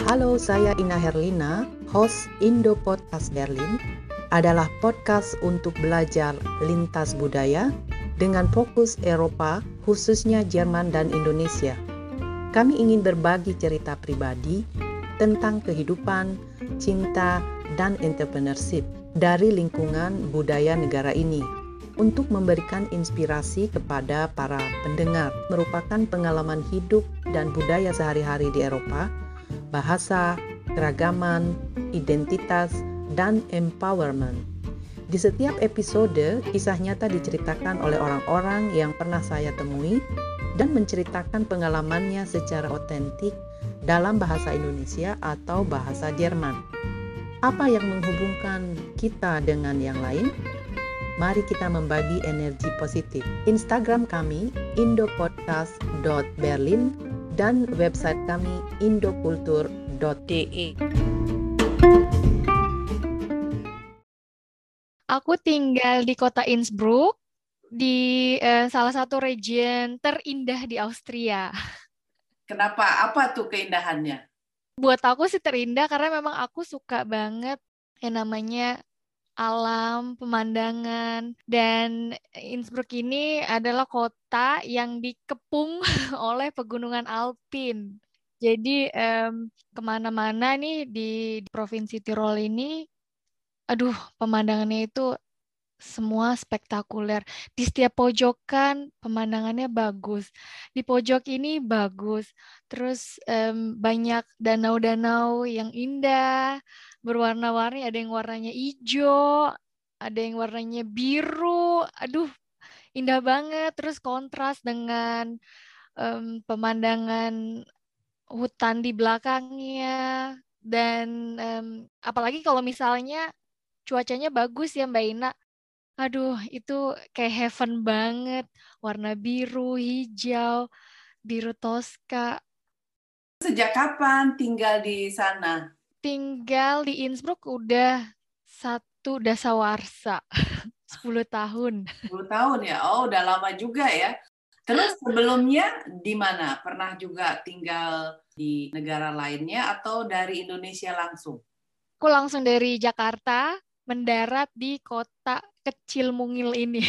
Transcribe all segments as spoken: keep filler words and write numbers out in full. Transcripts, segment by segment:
Halo, saya Ina Herlina, host Indo Podcast Berlin, adalah podcast untuk belajar lintas budaya dengan fokus Eropa, khususnya Jerman dan Indonesia. Kami ingin berbagi cerita pribadi tentang kehidupan, cinta, dan entrepreneurship dari lingkungan budaya negara ini untuk memberikan inspirasi kepada para pendengar. Merupakan pengalaman hidup dan budaya sehari-hari di Eropa, bahasa, keragaman, identitas, dan empowerment. Di setiap episode, kisah nyata diceritakan oleh orang-orang yang pernah saya temui dan menceritakan pengalamannya secara otentik dalam bahasa Indonesia atau bahasa Jerman. Apa yang menghubungkan kita dengan yang lain? Mari kita membagi energi positif. Instagram kami indopodcast dot berlin dan website kami indokultur dot d e. Aku tinggal di kota Innsbruck, di eh, salah satu region terindah di Austria. Kenapa? Apa tuh keindahannya? Buat aku sih terindah karena memang aku suka banget yang namanya alam, pemandangan, dan Innsbruck ini adalah kota yang dikepung oleh pegunungan alpin. Jadi em, kemana-mana nih di Provinsi Tirol ini, aduh pemandangannya itu semua spektakuler. Di setiap pojokan pemandangannya bagus. Di pojok ini bagus. Terus em, banyak danau-danau yang indah, berwarna-warni. Ada yang warnanya hijau, ada yang warnanya biru. Aduh, indah banget. Terus kontras dengan em, pemandangan hutan di belakangnya. Dan em, apalagi kalau misalnya cuacanya bagus ya Mbak Ina. Aduh, itu kayak heaven banget. Warna biru, hijau, biru Tosca. Sejak kapan tinggal di sana? Tinggal di Innsbruck udah satu dasawarsa. sepuluh tahun. sepuluh tahun ya? Oh, udah lama juga ya. Terus sebelumnya di mana? Pernah juga tinggal di negara lainnya atau dari Indonesia langsung? Aku langsung dari Jakarta mendarat di kota kecil mungil ini.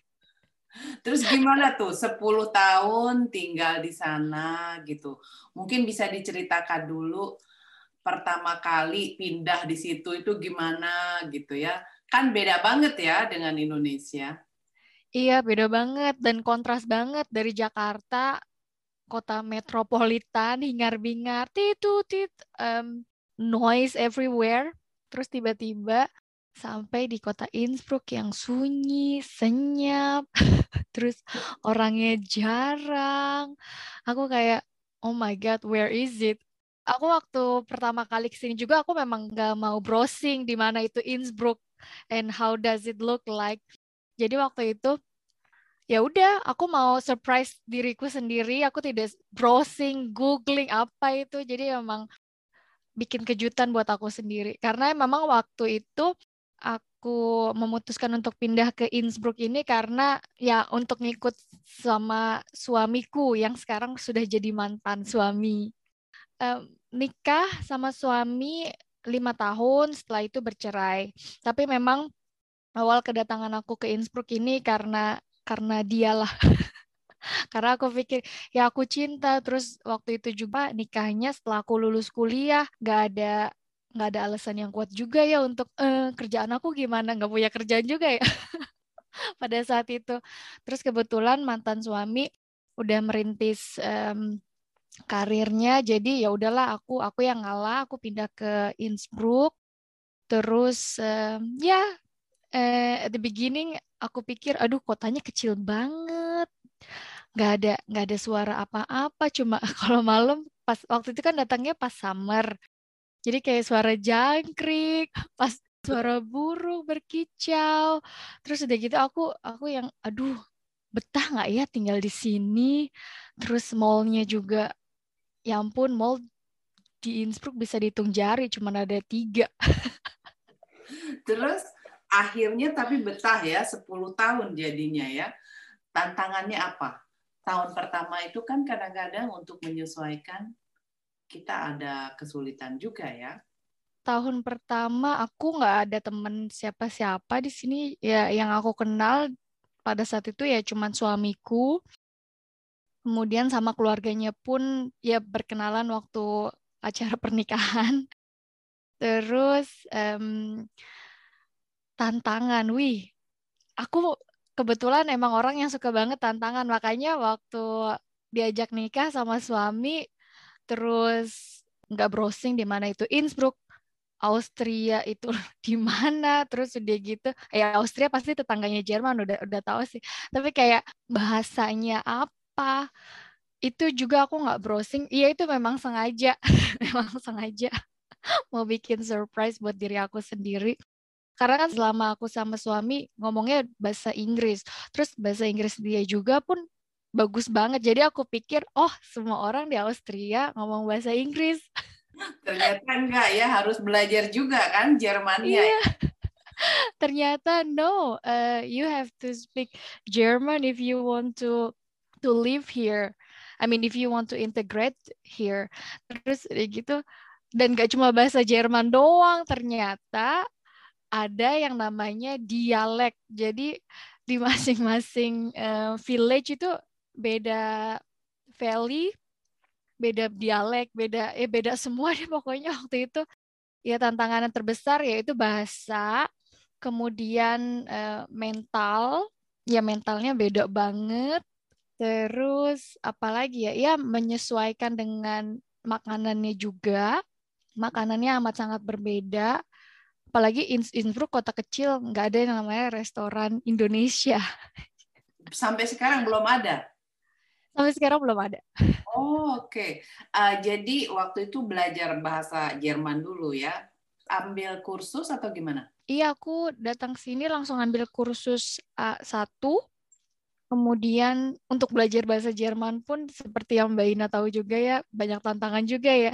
Terus gimana tuh sepuluh tahun tinggal di sana gitu? Mungkin bisa diceritakan dulu pertama kali pindah di situ itu gimana gitu ya. Kan beda banget ya dengan Indonesia. Iya, beda banget dan kontras banget dari Jakarta, kota metropolitan, hingar-bingar, titut-tit, um, noise everywhere. Terus tiba-tiba sampai di kota Innsbruck yang sunyi, senyap, terus orangnya jarang. Aku kayak, oh my God, where is it? Aku waktu pertama kali kesini juga, aku memang nggak mau browsing di mana itu Innsbruck and how does it look like. Jadi waktu itu ya udah, aku mau surprise diriku sendiri. Aku tidak browsing, googling apa itu. Jadi memang bikin kejutan buat aku sendiri. Karena memang waktu itu aku memutuskan untuk pindah ke Innsbruck ini karena ya untuk ngikut sama suamiku yang sekarang sudah jadi mantan suami. Em, nikah sama suami lima tahun, setelah itu bercerai. Tapi memang awal kedatangan aku ke Innsbruck ini karena karena dialah. Karena aku pikir ya aku cinta. Terus waktu itu juga nikahnya setelah aku lulus kuliah, nggak ada nggak ada alasan yang kuat juga ya untuk eh, kerjaan aku gimana, nggak punya kerjaan juga ya pada saat itu. Terus kebetulan mantan suami udah merintis em, karirnya, jadi ya udahlah aku aku yang ngalah, aku pindah ke Innsbruck. Terus em, ya eh, at the beginning aku pikir aduh kotanya kecil banget, nggak ada nggak ada suara apa-apa, cuma kalau malam pas waktu itu kan datangnya pas summer, jadi kayak suara jangkrik, pas suara burung berkicau. Terus udah gitu aku aku yang aduh betah nggak ya tinggal di sini. Terus mallnya juga, ya ampun, mall di Innsbruck bisa dihitung jari, cuma ada tiga. Terus akhirnya tapi betah ya, sepuluh tahun jadinya ya. Tantangannya apa? Tahun pertama itu kan kadang-kadang untuk menyesuaikan kita ada kesulitan juga ya. Tahun pertama aku nggak ada temen siapa-siapa di sini. Ya, yang aku kenal pada saat itu ya cuman suamiku. Kemudian sama keluarganya pun ya berkenalan waktu acara pernikahan. Terus em, tantangan, wih, aku kebetulan emang orang yang suka banget tantangan. Makanya waktu diajak nikah sama suami, terus nggak browsing di mana itu Innsbruck, Austria itu di mana, terus udah gitu, ya Austria pasti tetangganya Jerman, udah udah tahu sih. Tapi kayak bahasanya apa, itu juga aku nggak browsing. Iya itu memang sengaja, memang sengaja mau bikin surprise buat diri aku sendiri. Karena kan selama aku sama suami ngomongnya bahasa Inggris, terus bahasa Inggris dia juga pun bagus banget. Jadi aku pikir, oh semua orang di Austria ngomong bahasa Inggris. Ternyata enggak ya, harus belajar juga kan Jermannya. Iya, ternyata no. Uh, you have to speak German if you want to to live here. I mean, if you want to integrate here. Terus kayak gitu. Dan gak cuma bahasa Jerman doang, ternyata ada yang namanya dialek. Jadi di masing-masing uh, village itu beda valley, beda dialek, beda eh beda semua deh pokoknya waktu itu. Ya tantangan yang terbesar yaitu bahasa, kemudian uh, mental, ya mentalnya beda banget. Terus apalagi ya, ya menyesuaikan dengan makanannya juga. Makanannya amat sangat berbeda. Apalagi Innsbruck kota kecil, nggak ada yang namanya restoran Indonesia. Sampai sekarang belum ada? Sampai sekarang belum ada. Oh, oke. Okay. Uh, jadi waktu itu belajar bahasa Jerman dulu ya? Ambil kursus atau gimana? Iya, aku datang sini langsung ambil kursus A satu. Kemudian untuk belajar bahasa Jerman pun seperti yang Mbak Ina tahu juga ya, banyak tantangan juga ya.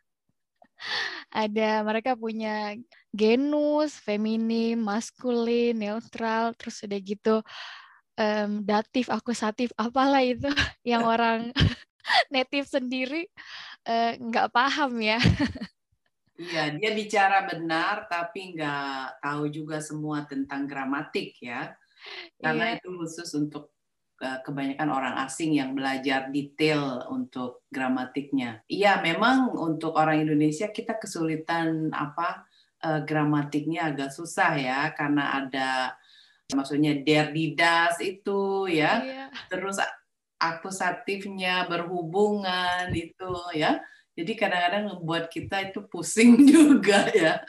Ada mereka punya genus, feminim, maskulin, neutral, terus udah gitu um, datif, akusatif, apalah itu yang orang native sendiri uh, nggak paham ya. Iya, dia bicara benar tapi nggak tahu juga semua tentang gramatik ya. Karena Iya. itu khusus untuk kebanyakan orang asing yang belajar detail untuk gramatiknya. Iya, memang untuk orang Indonesia kita kesulitan apa uh, gramatiknya agak susah ya karena ada maksudnya der didas itu ya. Iya. Terus akusatifnya berhubungan itu ya. Jadi kadang-kadang membuat kita itu pusing juga ya.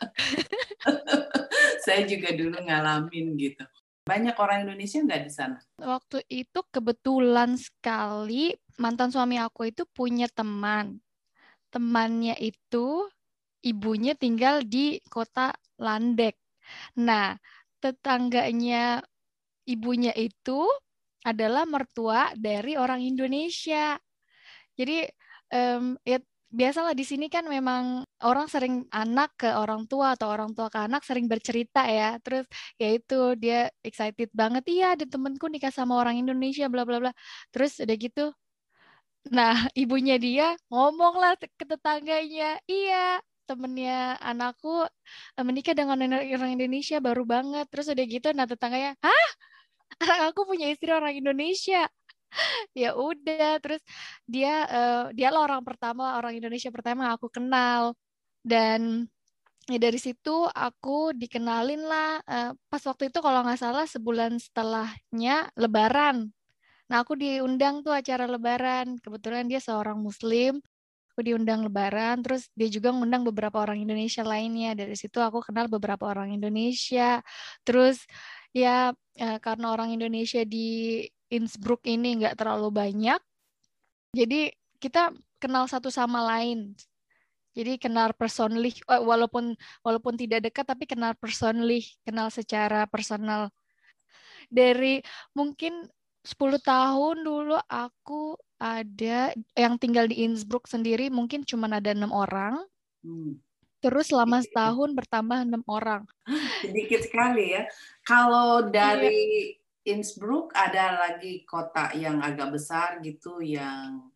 Saya juga dulu ngalamin gitu. Banyak orang Indonesia nggak di sana? Waktu itu kebetulan sekali mantan suami aku itu punya teman. Temannya itu ibunya tinggal di kota Landek. Nah, tetangganya ibunya itu adalah mertua dari orang Indonesia. Jadi um, ya biasalah di sini kan memang orang sering anak ke orang tua atau orang tua ke anak sering bercerita ya. Terus ya itu dia excited banget, iya ada temenku nikah sama orang Indonesia bla bla bla. Terus udah gitu, nah ibunya dia ngomong lah ke tetangganya, iya temennya anakku menikah dengan orang Indonesia baru banget. Terus udah gitu, nah tetangganya, hah, anak aku punya istri orang Indonesia. Ya udah, terus dia uh, dia lah orang pertama, orang Indonesia pertama yang aku kenal. Dan ya dari situ aku dikenalin lah uh, pas waktu itu kalau nggak salah sebulan setelahnya Lebaran. Nah aku diundang tuh acara Lebaran, kebetulan dia seorang Muslim, aku diundang Lebaran, terus dia juga ngundang beberapa orang Indonesia lainnya. Dari situ aku kenal beberapa orang Indonesia. Terus ya uh, karena orang Indonesia di Innsbruck ini nggak terlalu banyak, jadi kita kenal satu sama lain. Jadi kenal personally, walaupun walaupun tidak dekat, tapi kenal personally, kenal secara personal. Dari mungkin sepuluh tahun dulu aku ada yang tinggal di Innsbruck sendiri, mungkin cuma ada enam orang. Hmm. Terus selama setahun bertambah enam orang. Sedikit sekali ya. Kalau dari iya. Innsbruck ada lagi kota yang agak besar gitu yang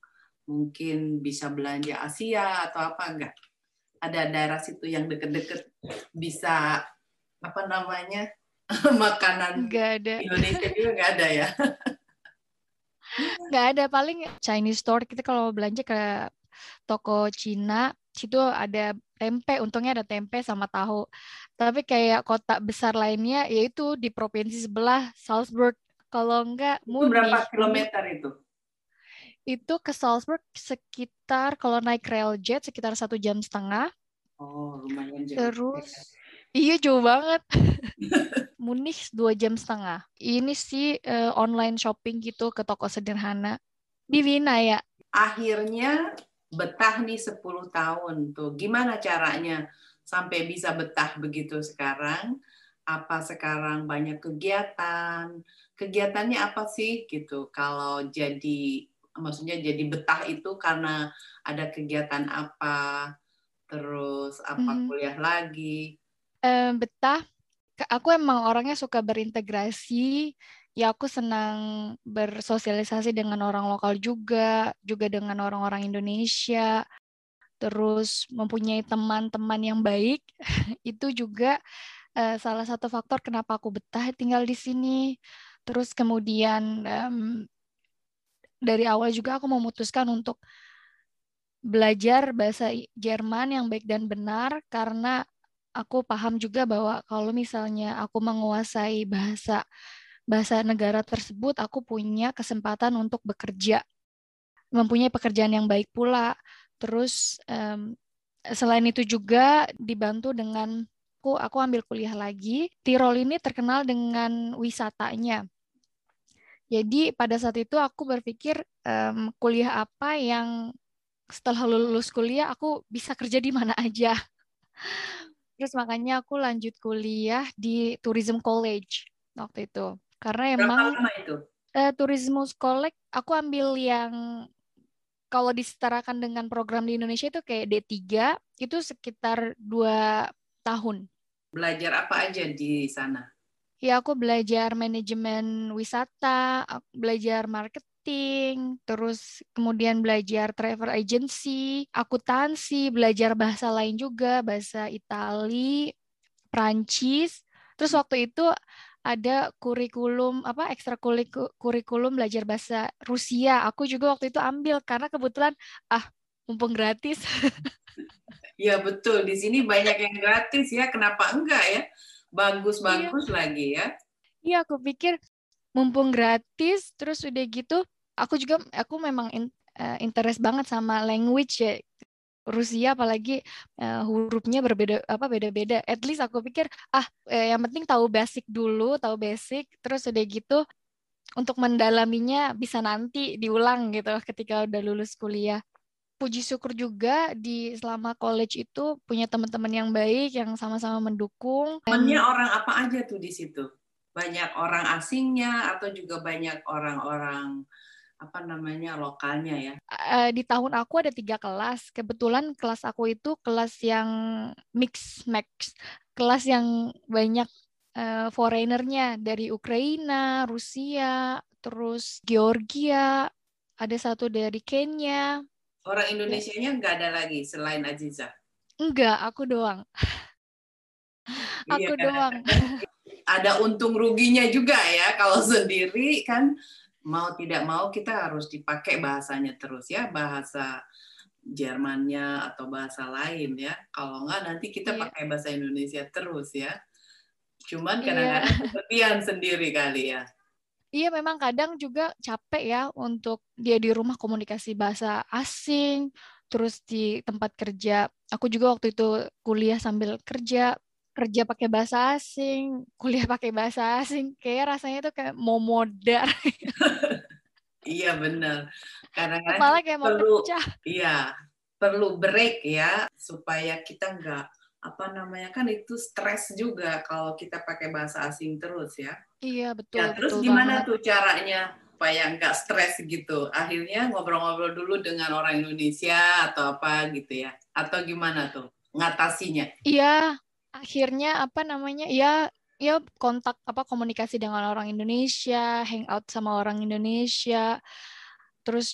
mungkin bisa belanja Asia atau apa enggak? Ada daerah situ yang deket-deket bisa apa namanya makanan Nggak ada. Indonesia juga nggak ada ya? Nggak ada, paling Chinese store. Kita kalau belanja ke toko Cina, situ ada tempe, untungnya ada tempe sama tahu. Tapi kayak kota besar lainnya, yaitu di provinsi sebelah, Salzburg. Kalau enggak, Itu berapa Munich. Munich kilometer itu? itu ke Salzburg sekitar, kalau naik railjet, sekitar satu jam setengah. Oh, lumayan jauh. Terus, iya jauh banget. Munich dua jam setengah. Ini sih eh, online shopping gitu ke toko sederhana. Di Wina ya. Akhirnya betah nih sepuluh tahun tuh. Gimana caranya sampai bisa betah begitu sekarang? Apa sekarang banyak kegiatan? Kegiatannya apa sih gitu? Kalau jadi maksudnya jadi betah itu karena ada kegiatan apa? Terus apa Mhm. kuliah lagi? Eh, betah. Ke- Aku emang orangnya suka berintegrasi. Ya aku senang bersosialisasi dengan orang lokal juga, juga dengan orang-orang Indonesia. Terus mempunyai teman-teman yang baik. Itu juga eh, salah satu faktor kenapa aku betah tinggal di sini. Terus kemudian em, dari awal juga aku memutuskan untuk belajar bahasa I- Jerman yang baik dan benar karena aku paham juga bahwa kalau misalnya aku menguasai bahasa bahasa negara tersebut, aku punya kesempatan untuk bekerja, mempunyai pekerjaan yang baik pula. Terus em, selain itu juga dibantu dengan aku aku ambil kuliah lagi. Tirol ini terkenal dengan wisatanya. Jadi pada saat itu aku berpikir em, kuliah apa yang setelah lulus kuliah aku bisa kerja di mana aja. Terus makanya aku lanjut kuliah di Tourism College waktu itu. Karena Berapa emang lama itu? eh, Tourism College aku ambil yang kalau disetarakan dengan program di Indonesia itu kayak D tiga, itu sekitar dua tahun. Belajar apa aja di sana? Ya, aku belajar manajemen wisata, aku belajar marketing, terus kemudian belajar travel agency, akuntansi, belajar bahasa lain juga, bahasa Itali, Prancis. Terus waktu itu ada kurikulum apa ekstrakurikulam belajar bahasa Rusia. Aku juga waktu itu ambil karena kebetulan ah mumpung gratis. Ya betul, di sini banyak yang gratis ya, kenapa enggak ya? Iya, Bagus-bagus lagi ya. iya aku pikir mumpung gratis, terus udah gitu, aku juga aku memang in- eh, interest banget sama language ya. Rusia apalagi eh, hurufnya berbeda apa beda-beda. At least aku pikir ah eh, yang penting tahu basic dulu, tahu basic, terus udah gitu untuk mendalaminya bisa nanti diulang gitu ketika udah lulus kuliah. Puji syukur juga di selama college itu punya teman-teman yang baik yang sama-sama mendukung Temennya dan orang apa aja tuh di situ? Banyak orang asingnya atau juga banyak orang-orang apa namanya lokalnya ya? eh, di tahun aku ada tiga kelas. Kebetulan kelas aku itu kelas yang mix max, kelas yang banyak eh, foreignernya dari Ukraina, Rusia, terus Georgia, ada satu dari Kenya. Orang Ya, Indonesianya nggak ada lagi selain Aziza. enggak, aku doang. Iya, Aku doang. kadang-kadang ada untung ruginya juga ya. Kalau sendiri kan mau tidak mau kita harus dipakai bahasanya terus ya, bahasa Jermannya atau bahasa lain ya. Kalau nggak nanti kita Iya, pakai bahasa Indonesia terus ya. Cuman iya. kadang-kadang kesepian sendiri kali ya. Iya, memang kadang juga capek ya untuk dia di rumah komunikasi bahasa asing, terus di tempat kerja. Aku juga waktu itu kuliah sambil kerja, kerja pakai bahasa asing, kuliah pakai bahasa asing. Kayak rasanya tuh kayak mau modar, Iya benar. Kadang-kadang kepala kita kayak mau perlu, pecah. iya perlu break ya supaya kita nggak apa namanya kan itu stres juga kalau kita pakai bahasa asing terus ya. Iya, betul, Ya, terus betul gimana banget. tuh caranya supaya nggak stres gitu? Akhirnya ngobrol-ngobrol dulu dengan orang Indonesia atau apa gitu ya? Atau gimana tuh ngatasinya? Iya, akhirnya apa namanya? Ya, ya kontak apa komunikasi dengan orang Indonesia, hangout sama orang Indonesia. Terus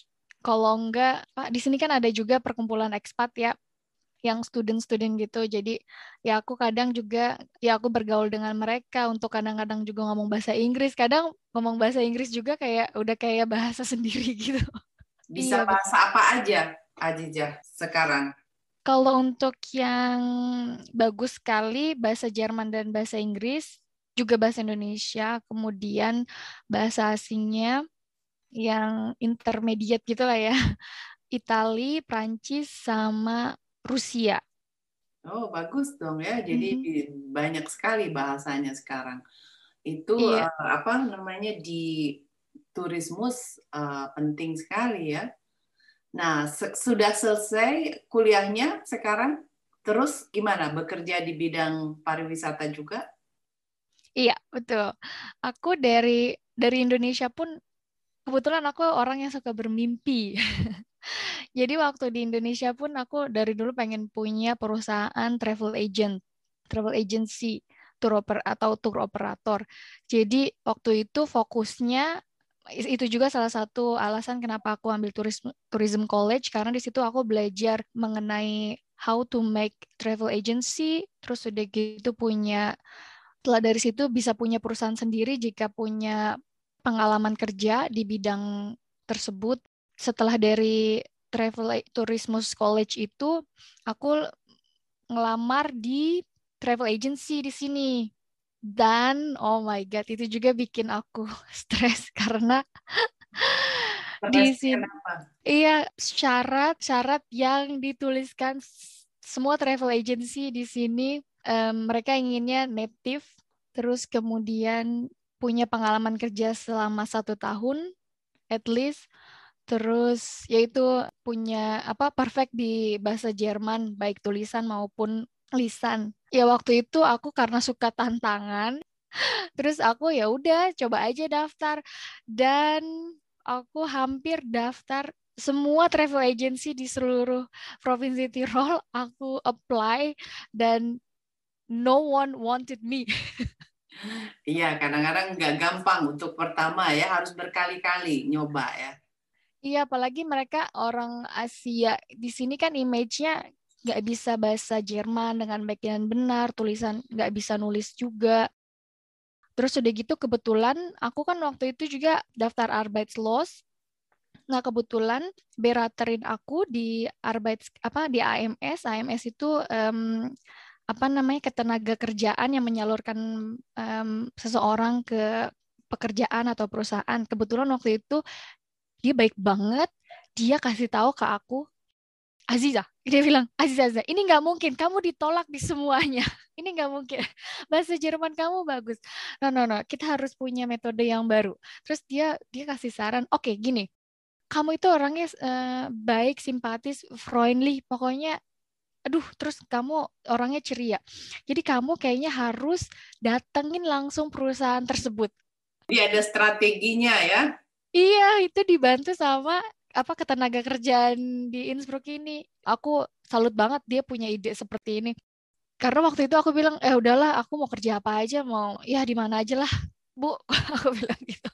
Kalau enggak, Pak, di sini kan ada juga perkumpulan ekspat ya, yang student-student gitu. Jadi ya aku kadang juga, ya aku bergaul dengan mereka untuk kadang-kadang juga ngomong bahasa Inggris. Kadang ngomong bahasa Inggris juga kayak udah kayak bahasa sendiri gitu. Bisa Iya, betul. bahasa apa aja, Ajijah, sekarang? Kalau untuk yang bagus sekali, bahasa Jerman dan bahasa Inggris, juga bahasa Indonesia, kemudian bahasa asingnya yang intermediate gitu lah ya. Itali, Prancis, sama Rusia. Oh, bagus dong ya. Jadi Mhm. banyak sekali bahasanya sekarang. Itu Iya, eh, apa namanya di turismus eh, penting sekali ya. Nah, se- sudah selesai kuliahnya sekarang? Terus gimana? Bekerja di bidang pariwisata juga? iya, betul. Aku dari dari Indonesia pun kebetulan aku orang yang suka bermimpi. Jadi waktu di Indonesia pun aku dari dulu pengen punya perusahaan travel agent, travel agency, tour oper atau tour operator. Jadi waktu itu fokusnya itu juga salah satu alasan kenapa aku ambil tourism tourism college karena di situ aku belajar mengenai how to make travel agency, terus udah gitu punya setelah dari situ bisa punya perusahaan sendiri jika punya pengalaman kerja di bidang tersebut. Setelah dari travel tourismus college itu, aku ngelamar di travel agency di sini. Dan oh my God, itu juga bikin aku stres karena di Stresnya sini kenapa? iya syarat-syarat yang dituliskan s- semua travel agency di sini em, mereka inginnya native, terus kemudian punya pengalaman kerja selama satu tahun at least, terus yaitu punya apa perfect di bahasa Jerman baik tulisan maupun lisan. Ya waktu itu aku karena suka tantangan, terus aku ya udah coba aja daftar dan aku hampir daftar semua travel agency di seluruh provinsi Tirol aku apply dan no one wanted me. Iya, kadang-kadang nggak gampang untuk pertama ya, harus berkali-kali nyoba ya. Iya, apalagi mereka orang Asia di sini kan image-nya nggak bisa bahasa Jerman dengan baik dan benar, tulisan nggak bisa nulis juga. Terus udah gitu kebetulan aku kan waktu itu juga daftar Arbeitslos. Nah, kebetulan beraterin aku di Arbeits apa di A M S. A M S itu em, apa namanya ketenaga kerjaan yang menyalurkan em, seseorang ke pekerjaan atau perusahaan. Kebetulan waktu itu dia baik banget. Dia kasih tahu ke aku, Aziza, dia bilang, Aziza, Aziza, ini nggak mungkin, kamu ditolak di semuanya. Ini nggak mungkin. Bahasa Jerman kamu bagus. No, no, no, kita harus punya metode yang baru. Terus dia dia kasih saran, oke, okay, gini, kamu itu orangnya eh, baik, simpatis, friendly, pokoknya, aduh, terus kamu orangnya ceria. Jadi kamu kayaknya harus datengin langsung perusahaan tersebut. Jadi ada strateginya ya. Iya, itu dibantu sama apa ketenaga kerjaan di Innsbruck ini. Aku salut banget dia punya ide seperti ini. Karena waktu itu aku bilang, eh udahlah, aku mau kerja apa aja, mau ya di mana aja lah, Bu. Aku bilang gitu.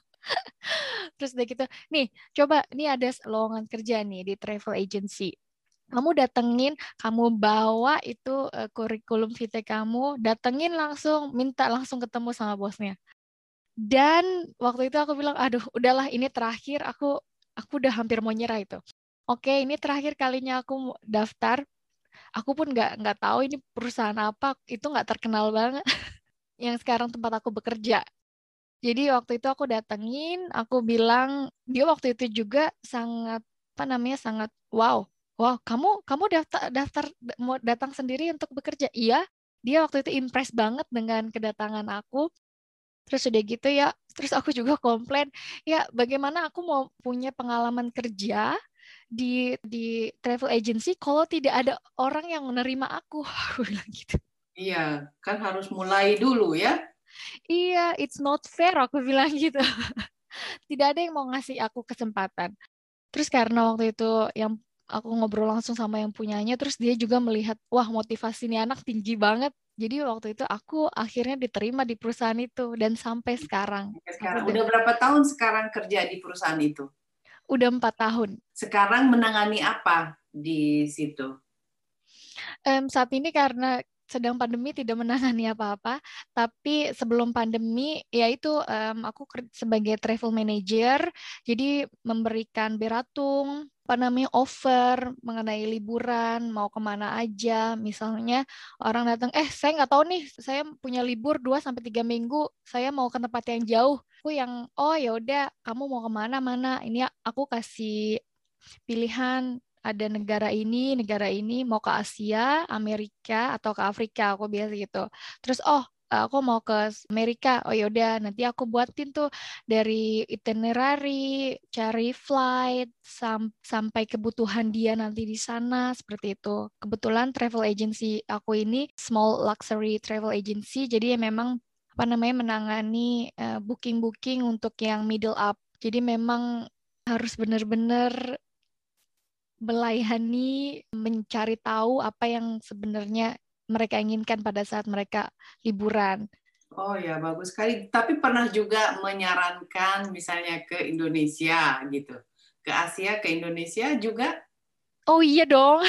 Terus udah gitu, nih coba, nih ada lowongan kerja nih di travel agency. Kamu datengin, kamu bawa itu eh, kurikulum vitae kamu, datengin langsung, minta langsung ketemu sama bosnya. Dan waktu itu aku bilang, aduh, udahlah ini terakhir, aku aku udah hampir mau nyerah itu. Oke, ini terakhir kalinya aku mau daftar. Aku pun nggak nggak tahu ini perusahaan apa, itu nggak terkenal banget. Yang sekarang tempat aku bekerja. Jadi waktu itu aku datengin, aku bilang, dia waktu itu juga sangat apa namanya sangat wow, wow, kamu kamu daftar daftar mau datang sendiri untuk bekerja? Iya, dia waktu itu impress banget dengan kedatangan aku. Terus udah gitu ya, terus aku juga komplain, ya bagaimana aku mau punya pengalaman kerja di di travel agency kalau tidak ada orang yang menerima aku, aku bilang gitu. Iya, kan harus mulai dulu ya. Iya, it's not fair, aku bilang gitu. Tidak ada yang mau ngasih aku kesempatan. Terus karena waktu itu yang aku ngobrol langsung sama yang punyanya, terus dia juga melihat, wah motivasi ini anak tinggi banget. Jadi waktu itu aku akhirnya diterima di perusahaan itu dan sampai sekarang Sampai aku sekarang. udah Udah berapa tahun sekarang kerja di perusahaan itu? Udah empat tahun. Sekarang menangani apa di situ? Um, saat ini karena sedang pandemi tidak menangani apa-apa, tapi sebelum pandemi yaitu um, aku sebagai travel manager, jadi memberikan beratung, apa namanya offer mengenai liburan, mau kemana aja. Misalnya orang datang, eh saya nggak tahu nih, saya punya libur dua sampai tiga minggu, saya mau ke tempat yang jauh. Aku yang, oh ya udah, kamu mau kemana mana? Ini aku kasih pilihan, ada negara ini, negara ini, mau ke Asia, Amerika, atau ke Afrika, aku biasa gitu. Terus, oh, aku mau ke Amerika, oh yaudah, nanti aku buatin tuh dari itinerary, cari flight, sam- sampai kebutuhan dia nanti di sana, seperti itu. Kebetulan travel agency aku ini small luxury travel agency, jadi ya memang apa namanya menangani uh, booking-booking untuk yang middle up. Jadi memang harus benar-benar melayani, mencari tahu apa yang sebenarnya mereka inginkan pada saat mereka liburan. Oh ya, bagus sekali. Tapi pernah juga menyarankan misalnya ke Indonesia gitu. Ke Asia, ke Indonesia juga? Oh iya dong.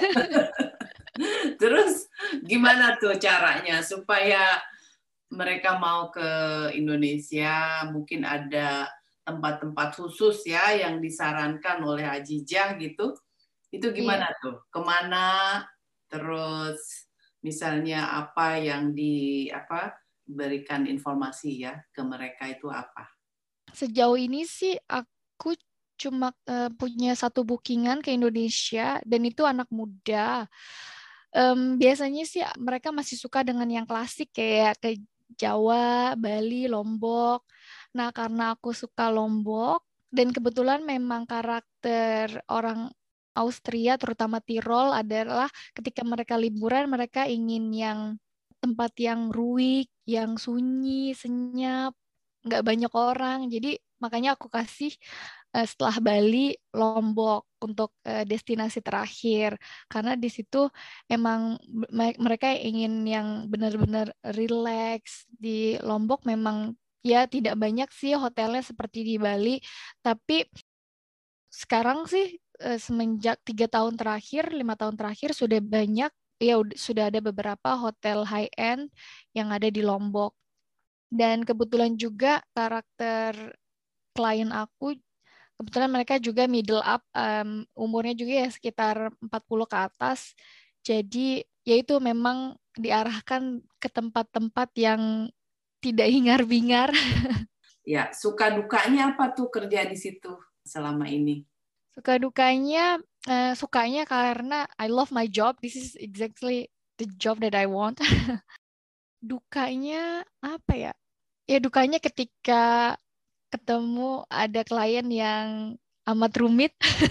Terus gimana tuh caranya supaya mereka mau ke Indonesia? Mungkin ada tempat-tempat khusus ya yang disarankan oleh Ajijah gitu. Itu gimana Iya. tuh? Kemana? Terus misalnya apa yang di apa berikan informasi ya ke mereka itu apa? Sejauh ini sih aku cuma uh, punya satu bookingan ke Indonesia dan itu anak muda. Um, biasanya sih mereka masih suka dengan yang klasik kayak ke Jawa, Bali, Lombok. Nah, karena aku suka Lombok dan kebetulan memang karakter orang Austria, terutama Tirol, adalah ketika mereka liburan, mereka ingin yang tempat yang ruwik, yang sunyi, senyap, nggak banyak orang. Jadi makanya aku kasih uh, setelah Bali, Lombok untuk uh, destinasi terakhir. Karena di situ emang mereka ingin yang benar-benar relax. Di Lombok memang ya tidak banyak sih hotelnya seperti di Bali, tapi sekarang sih semenjak tiga tahun terakhir, lima tahun terakhir sudah banyak ya sudah ada beberapa hotel high end yang ada di Lombok. Dan kebetulan juga karakter klien aku kebetulan mereka juga middle up, um, umurnya juga ya sekitar empat puluh ke atas. Jadi yaitu memang diarahkan ke tempat-tempat yang tidak hingar-bingar. Ya, suka dukanya apa tuh kerja di situ selama ini? Suka dukanya, uh, sukanya karena I love my job. This is exactly the job that I want. Dukanya apa ya? Ya dukanya ketika ketemu ada klien yang amat rumit,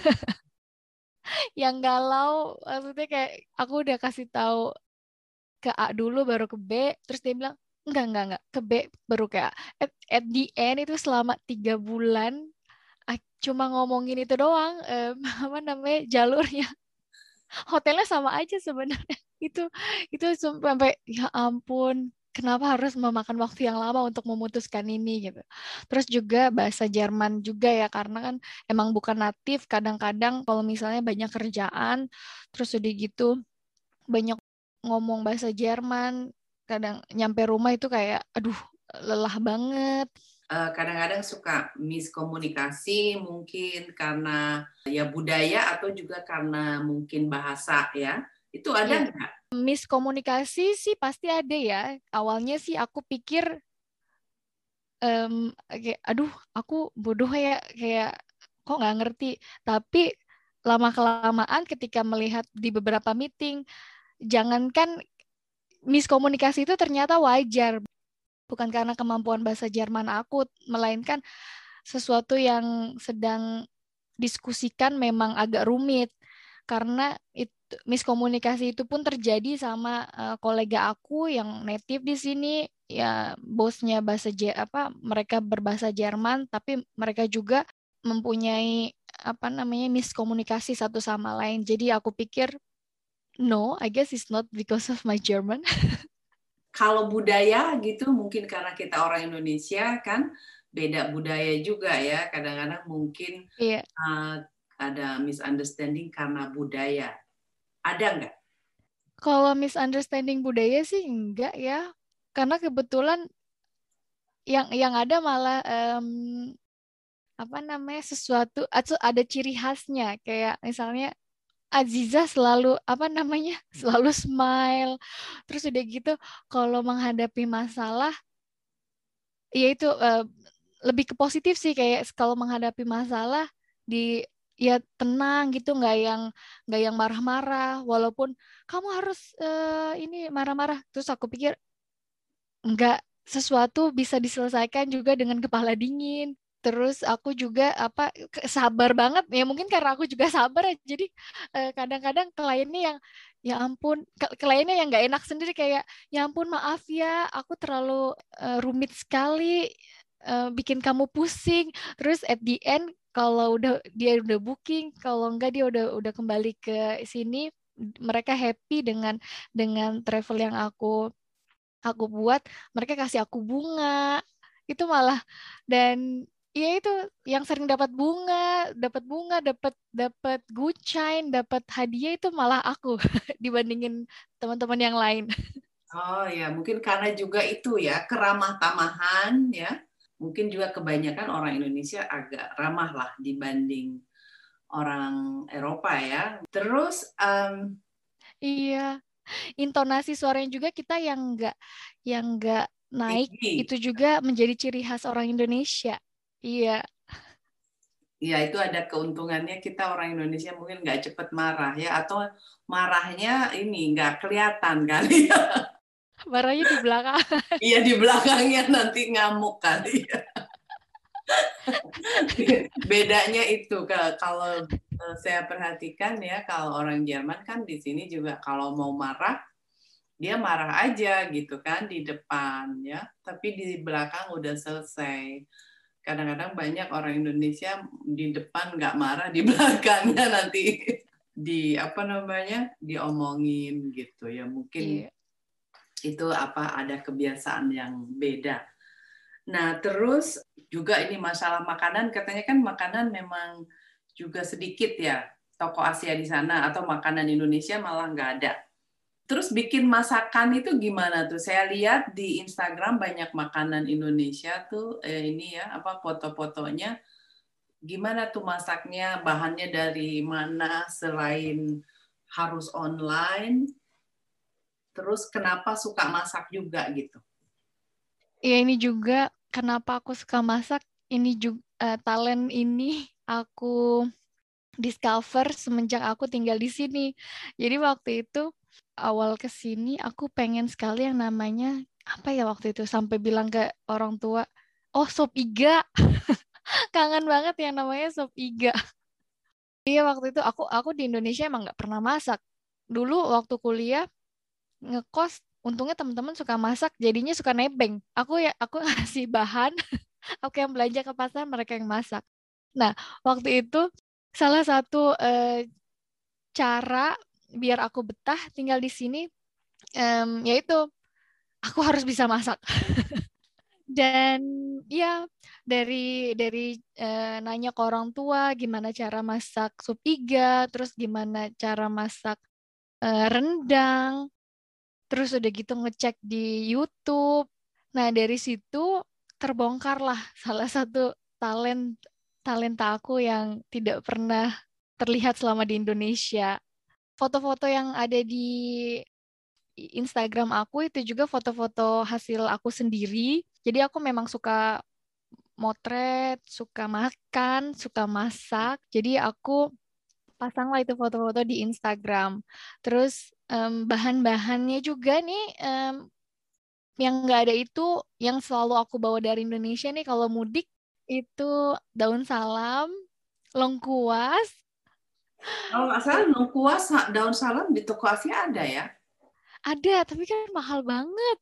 yang galau. Maksudnya kayak aku udah kasih tahu ke A dulu baru ke B, terus dia bilang enggak enggak enggak ke B baru ke A. At, at the end itu selama tiga bulan cuma ngomongin itu doang, um, apa namanya jalurnya hotelnya sama aja sebenarnya. itu itu sampai ya ampun, kenapa harus memakan waktu yang lama untuk memutuskan ini gitu. Terus juga bahasa Jerman juga ya, karena kan emang bukan natif, kadang-kadang kalau misalnya banyak kerjaan terus udah gitu banyak ngomong bahasa Jerman, kadang nyampe rumah itu kayak aduh lelah banget. Kadang-kadang suka miskomunikasi mungkin karena ya budaya atau juga karena mungkin bahasa ya. Itu ada nggak? Ya, miskomunikasi sih pasti ada ya. Awalnya sih aku pikir um, kayak aduh aku bodoh ya, kayak kok nggak ngerti. Tapi lama-kelamaan ketika melihat di beberapa meeting, jangankan miskomunikasi itu ternyata wajar. Bukan karena kemampuan bahasa Jerman aku, melainkan sesuatu yang sedang diskusikan memang agak rumit. Karena itu, miskomunikasi itu pun terjadi sama uh, kolega aku yang native di sini, ya bosnya bahasa J apa mereka berbahasa Jerman, tapi mereka juga mempunyai apa namanya miskomunikasi satu sama lain. Jadi aku pikir no, I guess it's not because of my German. Kalau budaya gitu mungkin karena kita orang Indonesia kan beda budaya juga ya. Kadang-kadang mungkin Iya. uh, ada misunderstanding karena budaya. Ada nggak? Kalau misunderstanding budaya sih enggak ya. Karena kebetulan yang yang ada malah em, apa namanya sesuatu atau ada ciri khasnya kayak misalnya Aziza selalu apa namanya selalu smile terus udah gitu kalau menghadapi masalah ya itu eh, lebih ke positif sih kayak kalau menghadapi masalah di ya tenang gitu nggak yang nggak yang marah-marah walaupun kamu harus eh, ini marah-marah terus aku pikir nggak sesuatu bisa diselesaikan juga dengan kepala dingin. Terus aku juga apa ke- sabar banget ya mungkin karena aku juga sabar ya. Jadi eh, kadang-kadang kliennya yang ya ampun ke- kliennya yang nggak enak sendiri kayak ya ampun maaf ya aku terlalu eh, rumit sekali eh, bikin kamu pusing. Terus at the end kalau udah dia udah booking kalau enggak dia udah udah kembali ke sini mereka happy dengan dengan travel yang aku aku buat mereka kasih aku bunga itu malah dan ya itu yang sering dapat bunga dapat bunga dapat dapat gucain dapat hadiah itu malah aku dibandingin teman-teman yang lain. Oh ya, mungkin karena juga itu ya, keramah tamahan ya. Mungkin juga kebanyakan orang Indonesia agak ramah lah dibanding orang Eropa ya. Terus um, Iya, intonasi suaranya juga kita yang enggak yang enggak naik tinggi. itu juga menjadi ciri khas orang Indonesia. Iya, Ya itu ada keuntungannya kita orang Indonesia mungkin nggak cepet marah ya, atau marahnya ini nggak kelihatan kali ya. marahnya di belakang. Iya di belakangnya nanti ngamuk kali ya. Bedanya itu kalau saya perhatikan ya, kalau orang Jerman kan di sini juga kalau mau marah dia marah aja gitu kan di depan ya, tapi di belakang udah selesai. Kadang-kadang banyak orang Indonesia di depan nggak marah, di belakangnya nanti di apa namanya diomongin gitu ya. Mungkin Iya. itu apa ada kebiasaan yang beda. Nah terus juga ini masalah makanan, katanya kan makanan memang juga sedikit ya toko Asia di sana, atau makanan Indonesia malah nggak ada. Terus bikin masakan itu gimana tuh? Saya lihat di Instagram banyak makanan Indonesia tuh eh, ini ya apa foto-fotonya. Gimana tuh masaknya? Bahannya dari mana selain harus online? Terus kenapa suka masak juga gitu? Ya ini juga kenapa aku suka masak. Ini juga talent ini aku discover semenjak aku tinggal di sini. Jadi waktu itu awal ke sini aku pengen sekali yang namanya apa ya waktu itu sampai bilang ke orang tua, "Oh, sop iga." Kangen banget yang namanya sop iga. Iya waktu itu aku aku di Indonesia emang nggak pernah masak. Dulu waktu kuliah ngekos, untungnya teman-teman suka masak, jadinya suka nebeng. Aku ya aku ngasih bahan, aku yang belanja ke pasar, mereka yang masak. Nah, waktu itu salah satu eh, cara biar aku betah tinggal di sini, em, yaitu aku harus bisa masak. Dan ya dari dari eh, nanya ke orang tua gimana cara masak sup iga, terus gimana cara masak eh, rendang, terus udah gitu ngecek di YouTube. Nah, dari situ terbongkarlah salah satu talent talenta aku yang tidak pernah terlihat selama di Indonesia. Foto-foto yang ada di Instagram aku itu juga foto-foto hasil aku sendiri. Jadi aku memang suka motret, suka makan, suka masak. Jadi aku pasanglah itu foto-foto di Instagram. Terus em, bahan-bahannya juga nih em, yang nggak ada itu yang selalu aku bawa dari Indonesia nih kalau mudik itu daun salam, lengkuas, Kalau nggak salah ter- lengkuas daun salam di toko Asia ada ya? ada tapi kan mahal banget.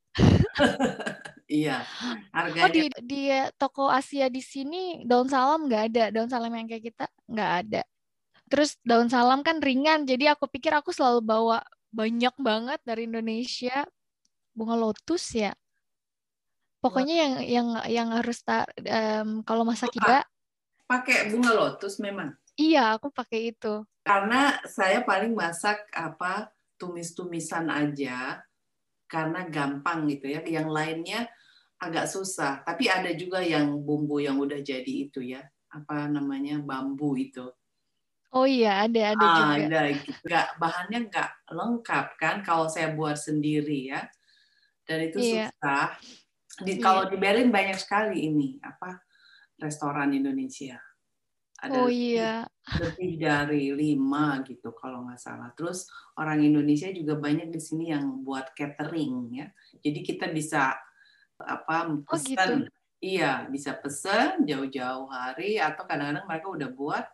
Iya, Oh harganya. di di toko Asia di sini daun salam nggak ada, daun salam yang kayak kita nggak ada. Terus daun salam kan ringan, jadi aku pikir aku selalu bawa banyak banget dari Indonesia bunga lotus ya. Pokoknya yang yang yang harus ta, um, kalau masak iga. Pakai bunga lotus memang. Iya, aku pakai itu. Karena saya paling masak apa tumis-tumisan aja, karena gampang gitu ya. Yang lainnya agak susah. Tapi ada juga yang bumbu yang udah jadi itu ya, apa namanya bambu itu. Oh iya, ada ada ah, juga. Ada, nggak, bahannya nggak lengkap kan kalau saya buat sendiri ya. Dan itu Iya. susah. Di, Iya. Kalau di Berlin banyak sekali ini apa restoran Indonesia. Ada Oh lebih, iya. lebih dari lima gitu kalau nggak salah. Terus orang Indonesia juga banyak di sini yang buat catering ya. Jadi kita bisa apa Oh pesan, gitu. iya bisa pesan jauh-jauh hari atau kadang-kadang mereka udah buat.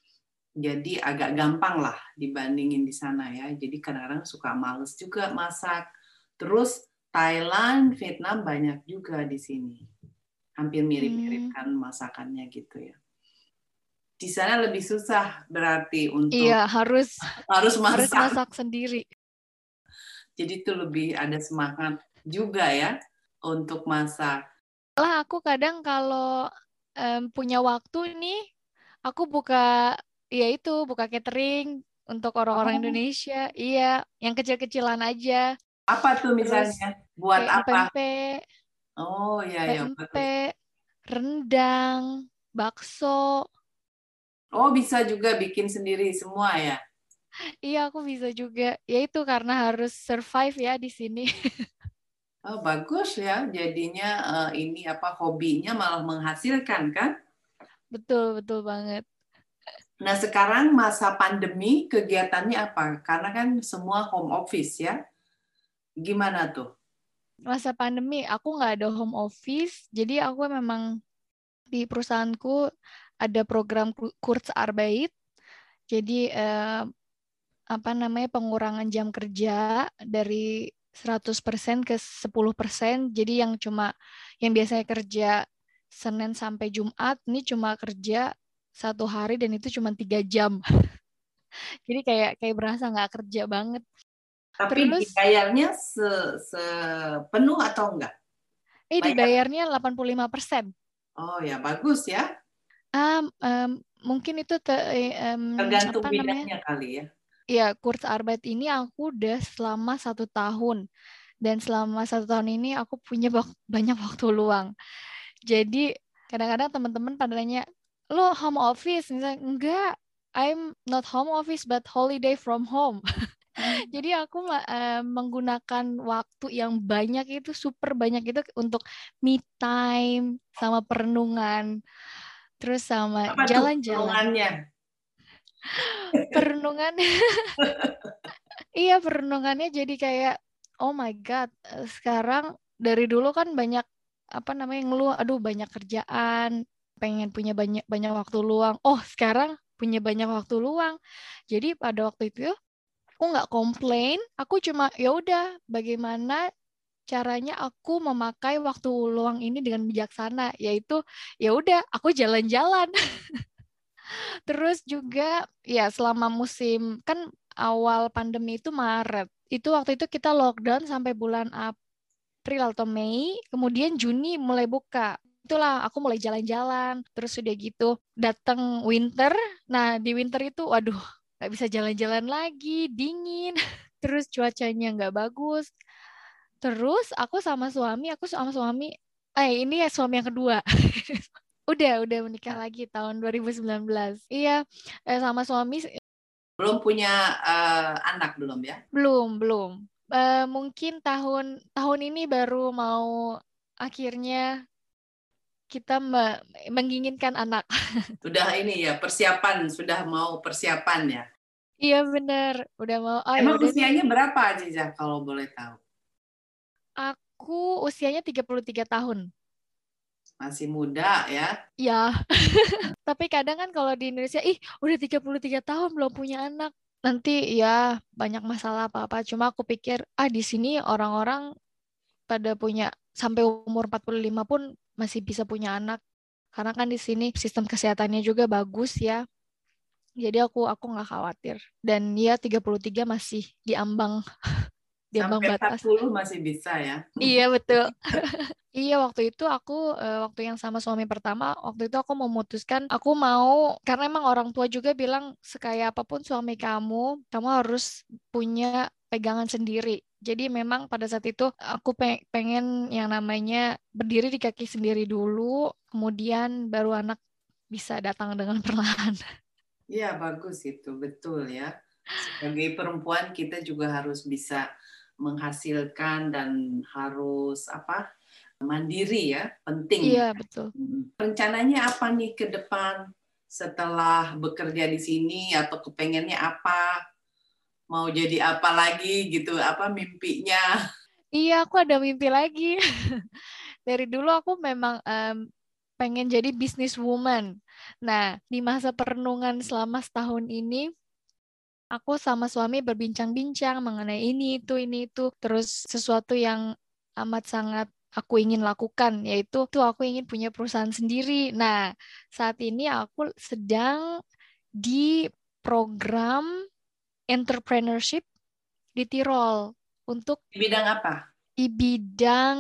Jadi agak gampang lah dibandingin di sana ya. Jadi kadang-kadang suka males juga masak. Terus Thailand, Vietnam banyak juga di sini. Hampir mirip-mirip kan masakannya gitu ya. Di sana lebih susah berarti untuk iya, harus harus masak. harus masak sendiri. Jadi itu lebih ada semangat juga ya untuk masak. Lah aku kadang kalau um, punya waktu nih, aku buka ya itu buka catering untuk orang-orang Oh. Indonesia. Iya, yang kecil-kecilan aja. Apa tuh Terus misalnya? Buat kayak apa? Pempek. Oh iya ya, Pempek, rendang, bakso. Oh bisa juga bikin sendiri semua ya? Iya, aku bisa juga. Ya itu karena harus survive ya di sini. Oh, bagus ya, jadinya uh, ini apa hobinya malah menghasilkan kan? Betul, betul banget. Nah sekarang masa pandemi kegiatannya apa? Karena kan semua home office ya. Gimana tuh? Masa pandemi aku nggak ada home office, jadi aku memang di perusahaanku ada program Kurzarbeit. Jadi eh, apa namanya pengurangan jam kerja dari seratus persen ke sepuluh persen. Jadi yang cuma yang biasanya kerja Senin sampai Jumat, ini cuma kerja satu hari dan itu cuma tiga jam. Jadi kayak kayak berasa nggak kerja banget. Tapi Terus dibayarnya se- sepenuh atau enggak? eh Bayar. dibayarnya delapan puluh lima persen. Oh ya bagus ya. Um, um, mungkin itu te, um, Tergantung apa bidangnya namanya? kali ya. Ya, Kurzarbeit ini aku udah selama satu tahun. Dan selama satu tahun ini aku punya banyak waktu luang. Jadi kadang-kadang teman-teman pada nanya, lo home office? Misalnya, enggak, I'm not home office but holiday from home. Jadi aku uh, menggunakan waktu yang banyak itu, super banyak itu untuk me time, sama perenungan, terus sama Apa tuh jalan-jalan. perenungannya? Perenungan. Iya, perenungannya jadi kayak, oh my God, sekarang dari dulu kan banyak apa namanya ngeluh, aduh banyak kerjaan, pengen punya banyak banyak waktu luang. Oh sekarang punya banyak waktu luang. Jadi pada waktu itu aku nggak komplain, aku cuma ya udah bagaimana caranya aku memakai waktu luang ini dengan bijaksana, yaitu ya udah aku jalan-jalan. Terus juga ya selama musim kan awal pandemi itu Maret. Itu waktu itu kita lockdown sampai bulan April atau Mei, kemudian Juni mulai buka. Itulah aku mulai jalan-jalan. Terus udah gitu datang winter. Nah, di winter itu waduh, nggak bisa jalan-jalan lagi, dingin. Terus cuacanya nggak bagus. Terus aku sama suami, aku sama suami, eh ini ya suami yang kedua. Udah, udah menikah lagi tahun dua ribu sembilan belas. Iya, eh, sama suami. Belum punya uh, anak belum ya? Belum, belum. Uh, mungkin tahun tahun ini baru mau akhirnya kita me- menginginkan anak. Sudah ini ya persiapan, sudah mau persiapan ya? Iya benar, udah mau. Oh, Emang yaudah usianya nih. berapa Aziza kalau boleh tahu? Aku usianya tiga puluh tiga tahun. Masih muda ya? Ya, tapi kadang kan kalau di Indonesia, ih udah tiga puluh tiga tahun belum punya anak. Nanti ya banyak masalah apa-apa. Cuma aku pikir, ah di sini orang-orang pada punya sampai umur empat puluh lima pun masih bisa punya anak. Karena kan di sini sistem kesehatannya juga bagus ya. Jadi aku aku nggak khawatir. Dan ya tiga puluh tiga masih diambang diambang Sampai batas. empat puluh masih bisa ya? Iya betul. Iya, waktu itu aku, eh, waktu yang sama suami pertama, waktu itu aku memutuskan, aku mau, karena emang orang tua juga bilang, sekaya apapun suami kamu, kamu harus punya pegangan sendiri. Jadi memang pada saat itu aku pe- pengen yang namanya berdiri di kaki sendiri dulu, kemudian baru anak bisa datang dengan perlahan. Iya, bagus itu, betul ya. Sebagai perempuan kita juga harus bisa menghasilkan dan harus apa? Mandiri ya, penting. Iya, betul. Rencananya apa nih ke depan setelah bekerja di sini atau kepengennya apa? Mau jadi apa lagi gitu? Apa mimpinya? Iya, aku ada mimpi lagi. Dari dulu aku memang em, pengen jadi businesswoman. Nah, di masa perenungan selama setahun ini, aku sama suami berbincang-bincang mengenai ini, itu, ini, itu. Terus sesuatu yang amat sangat aku ingin lakukan, yaitu tuh aku ingin punya perusahaan sendiri. Nah, saat ini aku sedang di program entrepreneurship di Tirol untuk Di bidang apa? di bidang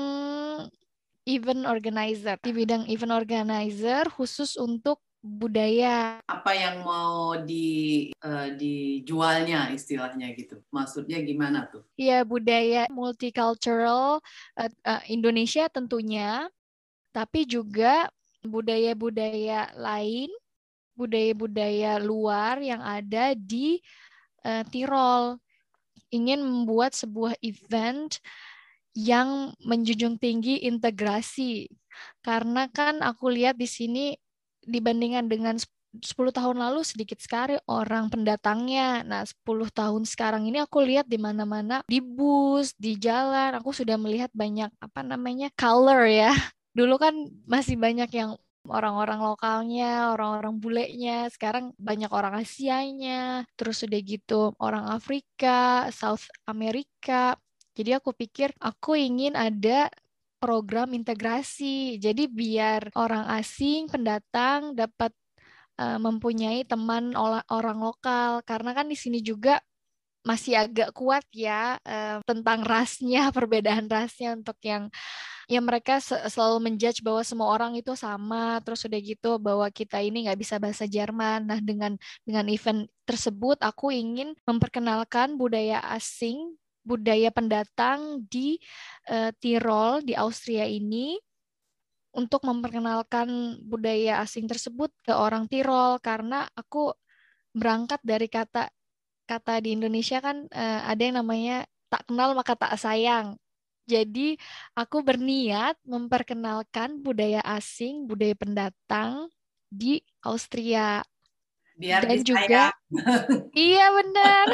event organizer, di bidang event organizer khusus untuk budaya. Apa yang mau di eh, dijualnya istilahnya gitu? Maksudnya gimana tuh? Ya, budaya multicultural eh, eh, Indonesia tentunya, tapi juga budaya-budaya lain, budaya-budaya luar yang ada di eh, Tirol. Ingin membuat sebuah event yang menjunjung tinggi integrasi. Karena kan aku lihat di sini dibandingkan dengan sepuluh tahun lalu sedikit sekali orang pendatangnya. Nah, sepuluh tahun sekarang ini aku lihat di mana-mana, di bus, di jalan, aku sudah melihat banyak apa namanya? Color ya. Dulu kan masih banyak yang orang-orang lokalnya, orang-orang bulenya, sekarang banyak orang Asianya, terus udah gitu orang Afrika, South Amerika. Jadi aku pikir aku ingin ada program integrasi. Jadi biar orang asing, pendatang dapat eh, mempunyai teman ola- orang lokal. Karena kan di sini juga masih agak kuat ya eh, tentang rasnya, perbedaan rasnya untuk yang ya mereka se- selalu menjudge bahwa semua orang itu sama, terus udah gitu bahwa kita ini nggak bisa bahasa Jerman. Nah, dengan dengan event tersebut aku ingin memperkenalkan budaya asing, budaya pendatang di eh, Tirol di Austria ini untuk memperkenalkan budaya asing tersebut ke orang Tirol karena aku berangkat dari kata kata di Indonesia kan eh, ada yang namanya tak kenal maka tak sayang. Jadi aku berniat memperkenalkan budaya asing, budaya pendatang di Austria. Biar Dan juga, disayang. iya benar,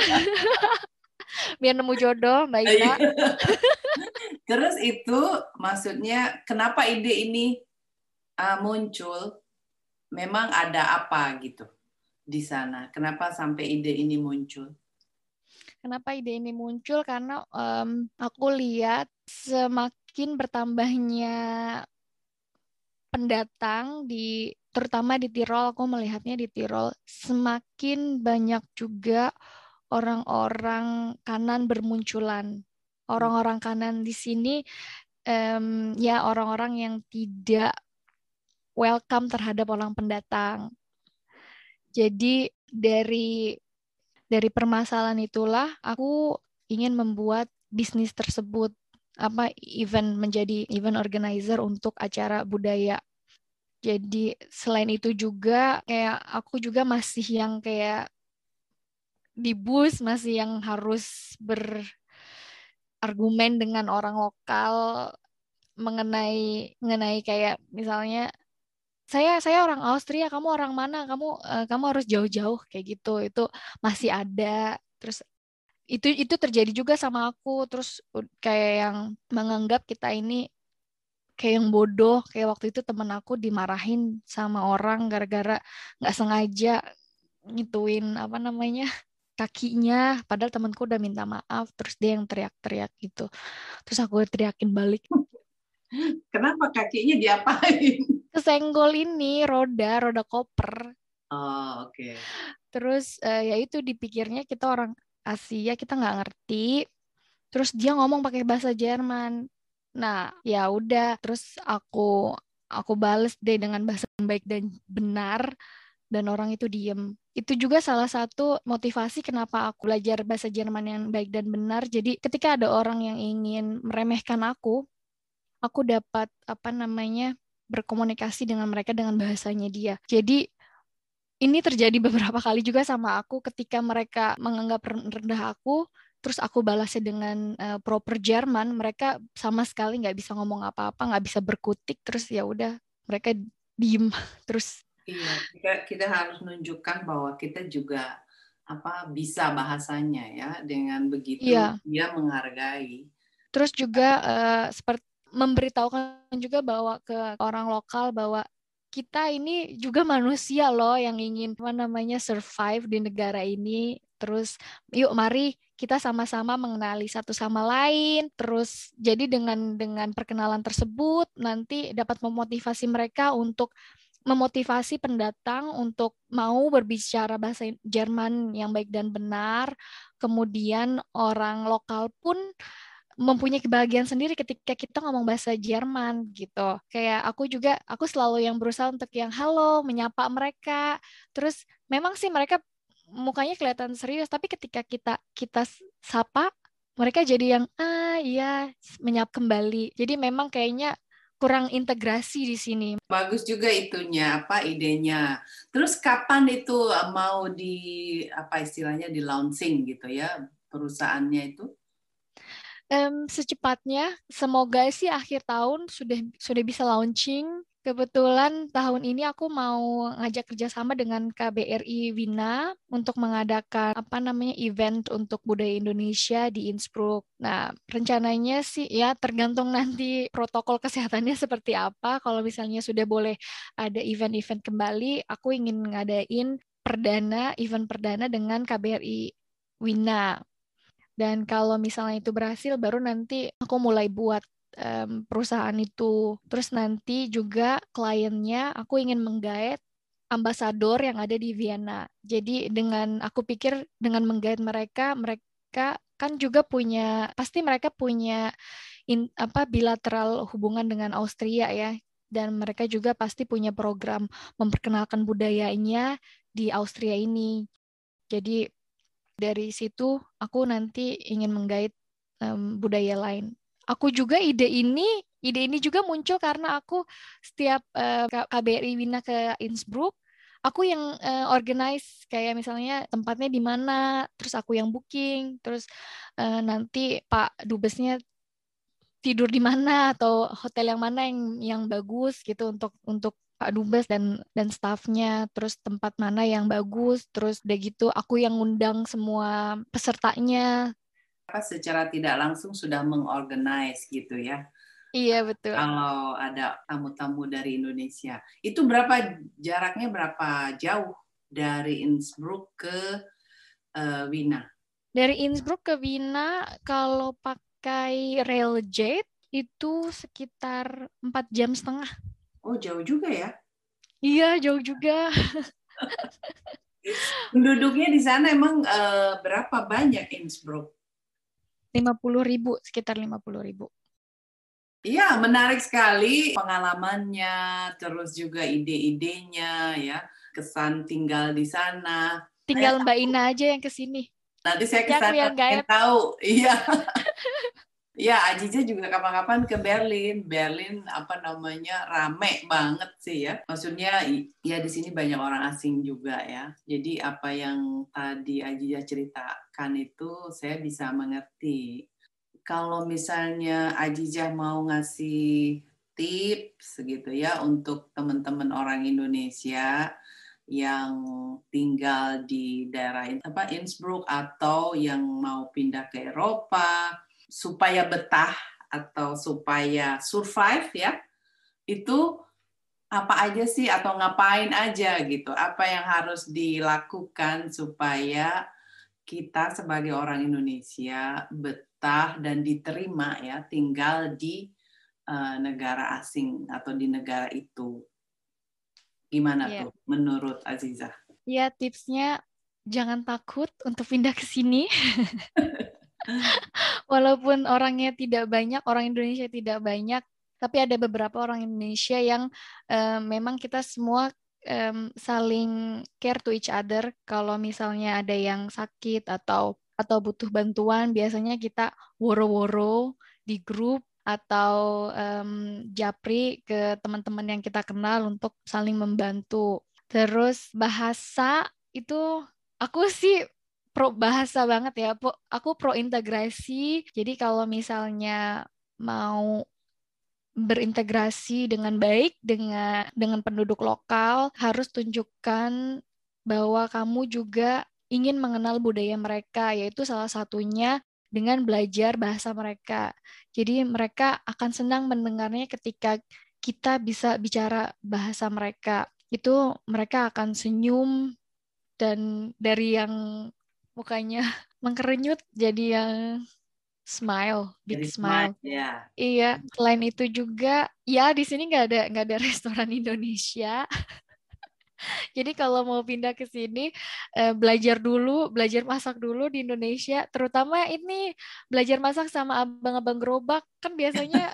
biar nemu jodoh Mbak Ita. Terus itu maksudnya kenapa ide ini uh, muncul? Memang ada apa gitu di sana? Kenapa sampai ide ini muncul? Kenapa ide ini muncul? Karena em, aku lihat semakin bertambahnya pendatang di terutama di Tirol, aku melihatnya di Tirol semakin banyak juga orang-orang kanan bermunculan. Orang-orang kanan di sini em, ya orang-orang yang tidak welcome terhadap orang pendatang. Jadi dari dari permasalahan itulah aku ingin membuat bisnis tersebut apa event menjadi event organizer untuk acara budaya. Jadi selain itu juga kayak aku juga masih yang kayak di bus masih yang harus berargumen dengan orang lokal mengenai mengenai kayak misalnya saya saya orang Austria, kamu orang mana? Kamu eh, kamu harus jauh-jauh kayak gitu. Itu masih ada. Terus itu itu terjadi juga sama aku. Terus u- kayak yang menganggap kita ini kayak yang bodoh. Kayak waktu itu temen aku dimarahin sama orang gara-gara nggak sengaja ngituin apa namanya kakinya. Padahal temanku udah minta maaf. Terus dia yang teriak-teriak gitu. Terus aku teriakin balik. Kenapa kakinya diapain? Kesenggol ini roda, roda koper. Oh, oke. Okay. Terus eh, ya itu dipikirnya kita orang Asia, kita nggak ngerti. Terus dia ngomong pakai bahasa Jerman. Nah, ya udah, terus aku aku bales deh dengan bahasa yang baik dan benar, dan orang itu diem. Itu juga salah satu motivasi kenapa aku belajar bahasa Jerman yang baik dan benar. Jadi ketika ada orang yang ingin meremehkan aku, aku dapat apa namanya berkomunikasi dengan mereka dengan bahasanya dia. Jadi ini terjadi beberapa kali juga sama aku ketika mereka menganggap rendah aku, terus aku balasnya dengan uh, proper Jerman, mereka sama sekali nggak bisa ngomong apa-apa, nggak bisa berkutik, terus ya udah mereka diem terus. Iya, kita kita harus menunjukkan bahwa kita juga apa bisa bahasanya ya, dengan begitu Iya, dia menghargai. terus juga uh, seperti memberitahukan juga bahwa ke orang lokal bahwa kita ini juga manusia loh yang ingin apa namanya survive di negara ini. Terus yuk mari kita sama-sama mengenali satu sama lain. Terus jadi dengan dengan perkenalan tersebut nanti dapat memotivasi mereka untuk memotivasi pendatang untuk mau berbicara bahasa Jerman yang baik dan benar. Kemudian orang lokal pun mempunyai kebahagiaan sendiri ketika kita ngomong bahasa Jerman gitu. Kayak aku juga, aku selalu yang berusaha untuk yang halo, menyapa mereka. Terus memang sih mereka mukanya kelihatan serius, tapi ketika kita kita sapa, mereka jadi yang ah iya menyapa kembali. Jadi memang kayaknya kurang integrasi di sini. Bagus juga itunya, apa idenya. Terus kapan itu mau di apa istilahnya di launching gitu ya perusahaannya itu? Em, secepatnya, semoga sih akhir tahun sudah sudah bisa launching. Kebetulan tahun ini aku mau ngajak kerjasama dengan K B R I Wina untuk mengadakan apa namanya event untuk budaya Indonesia di Innsbruck. Nah, rencananya sih ya tergantung nanti protokol kesehatannya seperti apa. Kalau misalnya sudah boleh ada event-event kembali, aku ingin ngadain perdana, event perdana dengan K B R I Wina. Dan kalau misalnya itu berhasil, baru nanti aku mulai buat em, perusahaan itu. Terus nanti juga kliennya aku ingin menggait ambasador yang ada di Vienna. Jadi dengan aku pikir dengan menggait mereka, mereka kan juga punya, pasti mereka punya in, apa bilateral hubungan dengan Austria ya. Dan mereka juga pasti punya program memperkenalkan budayanya di Austria ini. Jadi dari situ aku nanti ingin menggait um, budaya lain. Aku juga ide ini, ide ini juga muncul karena aku setiap uh, K B R I Wina ke Innsbruck, aku yang uh, organize kayak misalnya tempatnya di mana, terus aku yang booking, terus uh, nanti Pak Dubesnya tidur di mana atau hotel yang mana yang yang bagus gitu untuk untuk Pak Dubes dan dan stafnya, terus tempat mana yang bagus, terus udah gitu aku yang ngundang semua pesertanya. Apa secara tidak langsung sudah mengorganize gitu ya. Iya betul. Kalau ada tamu-tamu dari Indonesia, itu berapa jaraknya berapa jauh dari Innsbruck ke uh, Wina? Dari Innsbruck ke Wina kalau pakai Railjet itu sekitar empat jam setengah. Oh jauh juga ya. Iya jauh juga. Penduduknya di sana emang uh, berapa banyak Innsbruck? lima puluh ribu, sekitar lima puluh ribu. Iya, menarik sekali pengalamannya, terus juga ide-idenya, ya, kesan tinggal di sana. Saya Tinggal Mbak Ina aja yang kesini. nanti saya ke Ya aku sana yang pengen gaet. tahu. Iya. Ya, Ajiza juga kapan-kapan ke Berlin. Berlin apa namanya rame banget sih ya. Maksudnya ya di sini banyak orang asing juga ya. Jadi apa yang tadi Ajiza ceritakan itu saya bisa mengerti. Kalau misalnya Ajijah mau ngasih tips gitu ya untuk teman-teman orang Indonesia yang tinggal di daerah apa Innsbruck atau yang mau pindah ke Eropa supaya betah atau supaya survive ya, itu apa aja sih atau ngapain aja gitu, apa yang harus dilakukan supaya kita sebagai orang Indonesia betah dan diterima ya tinggal di uh, negara asing atau di negara itu. Gimana Iya. tuh menurut Aziza? Ya tipsnya jangan takut untuk pindah ke sini. Walaupun orangnya tidak banyak, orang Indonesia tidak banyak, tapi ada beberapa orang Indonesia yang um, memang kita semua um, saling care to each other. Kalau misalnya ada yang sakit atau atau butuh bantuan, biasanya kita woro-woro di grup atau um, japri ke teman-teman yang kita kenal untuk saling membantu. Terus bahasa itu aku sih pro bahasa banget ya. Po- Aku pro integrasi. Jadi kalau misalnya mau berintegrasi dengan baik dengan dengan penduduk lokal, harus tunjukkan bahwa kamu juga ingin mengenal budaya mereka, yaitu salah satunya dengan belajar bahasa mereka. Jadi mereka akan senang mendengarnya ketika kita bisa bicara bahasa mereka. Itu mereka akan senyum dan dari yang mukanya mengkerenyut jadi yang smile, big Jadi smile. smile ya. Iya, selain itu juga, ya di sini nggak ada nggak ada restoran Indonesia. Jadi kalau mau pindah ke sini, eh, belajar dulu, belajar masak dulu di Indonesia. Terutama ini belajar masak sama abang-abang gerobak kan biasanya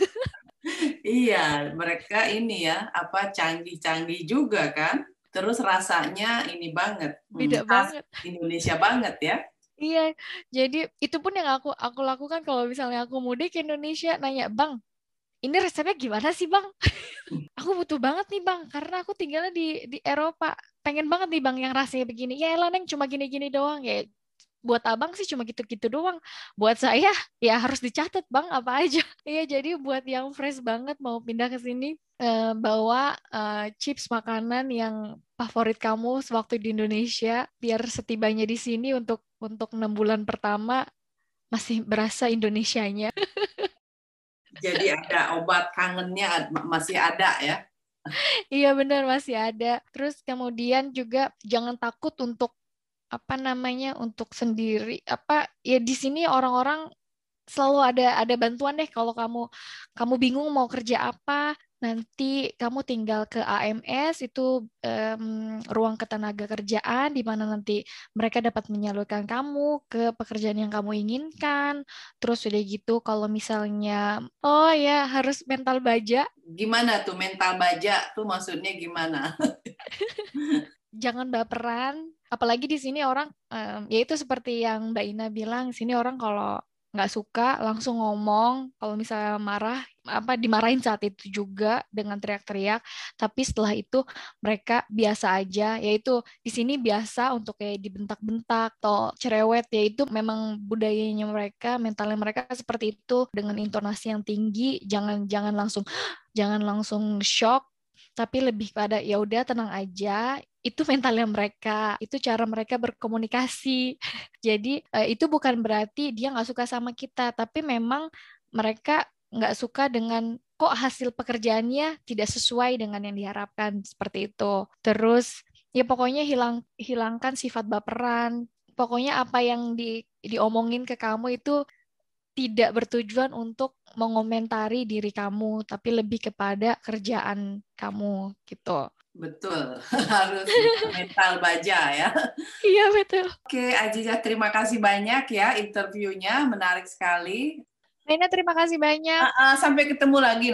Iya, mereka ini ya, apa canggih-canggih juga kan. Terus rasanya ini banget, beda hmm, khas banget. Indonesia banget ya. Iya, jadi itu pun yang aku aku lakukan kalau misalnya aku mudik ke Indonesia, nanya, Bang, ini resepnya gimana sih, Bang? Aku butuh banget nih, Bang, karena aku tinggalnya di di Eropa. Pengen banget nih, Bang, yang rasanya begini. Ya elah, Neng, cuma gini-gini doang. Ya, buat abang sih cuma gitu-gitu doang. Buat saya, ya harus dicatat, Bang, apa aja. Iya, jadi buat yang fresh banget mau pindah ke sini, eh, bawa eh, chips makanan yang favorit kamu sewaktu di Indonesia, biar setibanya di sini untuk untuk enam bulan pertama masih berasa Indonesianya. Jadi ada obat kangennya masih ada ya. Iya benar masih ada. Terus kemudian juga jangan takut untuk apa namanya untuk sendiri apa ya di sini orang-orang selalu ada ada bantuan deh kalau kamu kamu bingung mau kerja apa nanti kamu tinggal ke A M S itu em, ruang ketenaga kerjaan di mana nanti mereka dapat menyalurkan kamu ke pekerjaan yang kamu inginkan. Terus udah gitu kalau misalnya oh ya harus mental baja. Gimana tuh mental baja tuh maksudnya gimana? Jangan baperan. Apalagi di sini orang, em, ya itu seperti yang Mbak Ina bilang, di sini orang kalau nggak suka langsung ngomong. Kalau misalnya marah, apa dimarahin saat itu juga dengan teriak-teriak. Tapi setelah itu mereka biasa aja. Yaitu di sini biasa untuk kayak dibentak-bentak atau cerewet. Yaitu memang budayanya mereka, mentalnya mereka seperti itu dengan intonasi yang tinggi. Jangan jangan langsung jangan langsung shock tapi lebih pada ya udah tenang aja itu mentalnya mereka itu cara mereka berkomunikasi jadi eh, itu bukan berarti dia nggak suka sama kita tapi memang mereka nggak suka dengan kok hasil pekerjaannya tidak sesuai dengan yang diharapkan seperti itu terus ya pokoknya hilang hilangkan sifat baperan pokoknya apa yang di diomongin ke kamu itu tidak bertujuan untuk mengomentari diri kamu, tapi lebih kepada kerjaan kamu gitu. Betul, harus mental baja ya. Iya betul. Oke, Aziza, terima kasih banyak ya interviewnya, menarik sekali. Lena terima kasih banyak. Ah, ah, sampai ketemu lagi.